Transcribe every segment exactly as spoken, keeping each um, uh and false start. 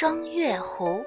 双月湖。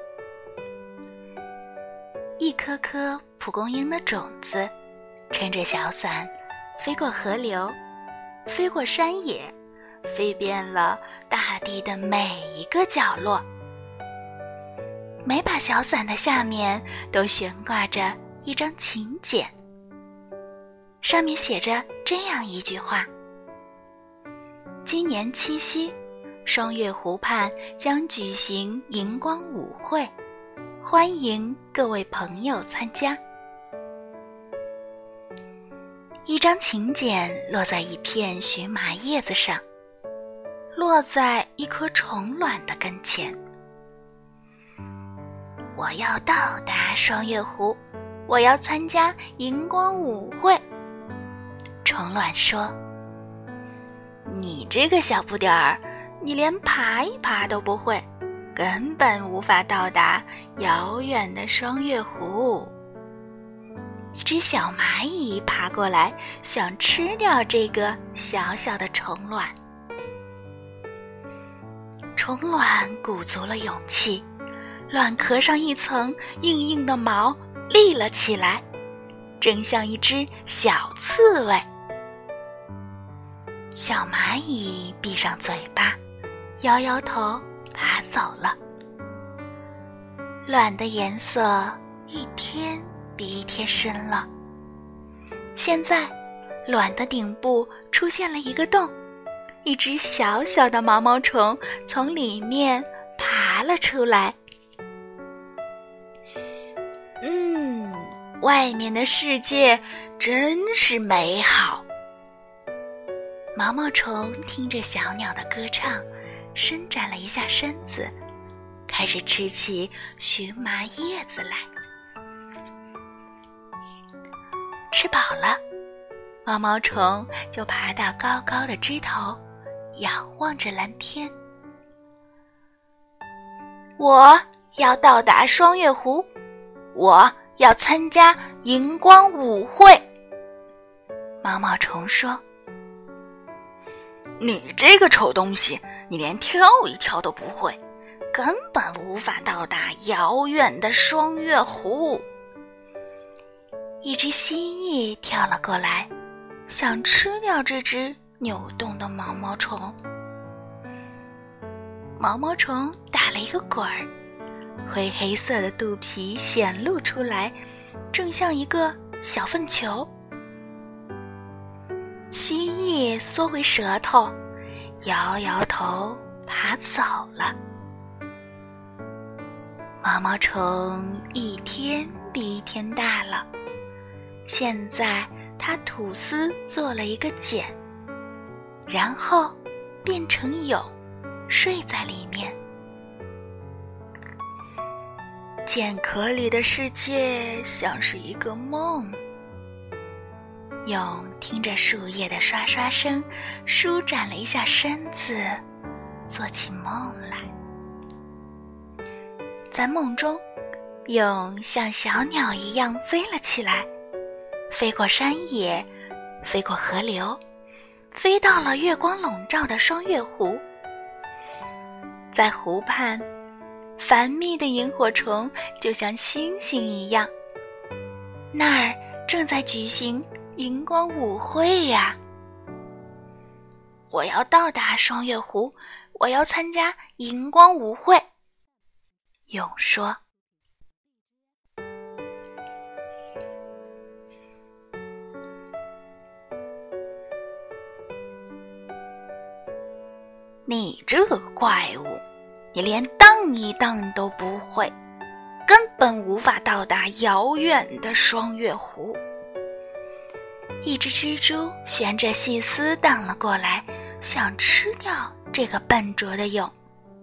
一颗颗蒲公英的种子撑着小伞，飞过河流，飞过山野，飞遍了大地的每一个角落。每把小伞的下面都悬挂着一张请柬，上面写着这样一句话：今年七夕，双月湖畔将举行荧光舞会，欢迎各位朋友参加。一张请柬落在一片荨麻叶子上，落在一颗虫卵的跟前。我要到达双月湖，我要参加荧光舞会。虫卵说：你这个小不点儿，你连爬一爬都不会，根本无法到达遥远的双月湖。一只小蚂蚁爬过来，想吃掉这个小小的虫卵。虫卵鼓足了勇气，卵壳上一层硬硬的毛立了起来，正像一只小刺猬。小蚂蚁闭上嘴巴，摇摇头，爬走了。卵的颜色一天比一天深了。现在，卵的顶部出现了一个洞，一只小小的毛毛虫从里面爬了出来。嗯，外面的世界真是美好。毛毛虫听着小鸟的歌唱，伸展了一下身子，开始吃起荨麻叶子来。吃饱了，毛毛虫就爬到高高的枝头，仰望着蓝天。我要到达双月湖，我要参加荧光舞会。毛毛虫说：你这个丑东西，你连跳一跳都不会，根本无法到达遥远的双月湖。一只蜥蜴跳了过来，想吃掉这只扭动的毛毛虫。毛毛虫打了一个滚儿，灰黑色的肚皮显露出来，正像一个小粪球。蜥蜴缩回舌头，摇摇头，爬走了。毛毛虫一天比一天大了，现在它吐丝做了一个茧，然后变成蛹，睡在里面。茧壳里的世界像是一个梦。蛹听着树叶的刷刷声，舒展了一下身子，做起梦来。在梦中，蛹像小鸟一样飞了起来，飞过山野，飞过河流，飞到了月光笼罩的双月湖。在湖畔，繁密的萤火虫就像星星一样，那儿正在举行荧光舞会呀！我要到达双月湖，我要参加荧光舞会。蛹说：你这个怪物，你连荡一荡都不会，根本无法到达遥远的双月湖。一只蜘蛛旋着细丝荡了过来，想吃掉这个笨拙的蛹。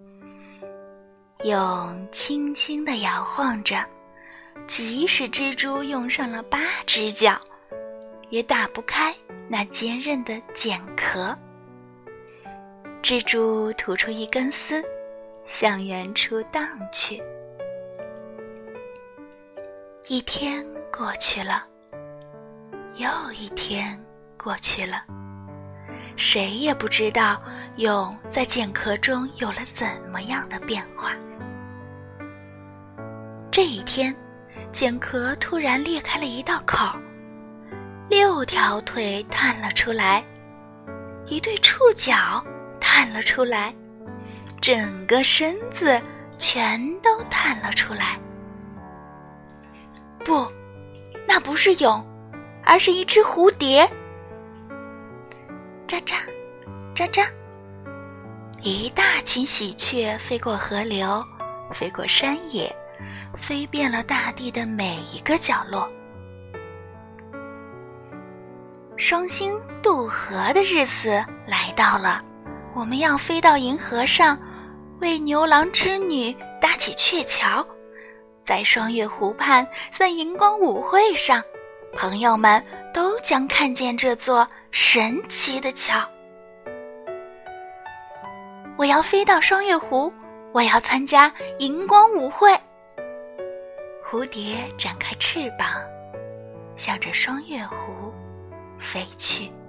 蛹轻轻地摇晃着，即使蜘蛛用上了八只脚，也打不开那坚韧的茧壳。蜘蛛吐出一根丝，向远处荡去。一天过去了，又一天过去了，谁也不知道蛹在茧壳中有了怎么样的变化。 这一天，茧壳突然裂开了一道口，六条腿探了出来，一对触角探了出来，整个身子全都探了出来。不，那不是蛹，而是一只蝴蝶。喳喳，喳喳，一大群喜鹊飞过河流，飞过山野，飞遍了大地的每一个角落。双星渡河的日子来到了，我们要飞到银河上，为牛郎织女搭起鹊桥，在双月湖畔散荧光舞会上，朋友们都将看见这座神奇的桥。我要飞到双月湖，我要参加荧光舞会。蝴蝶展开翅膀，向着双月湖飞去。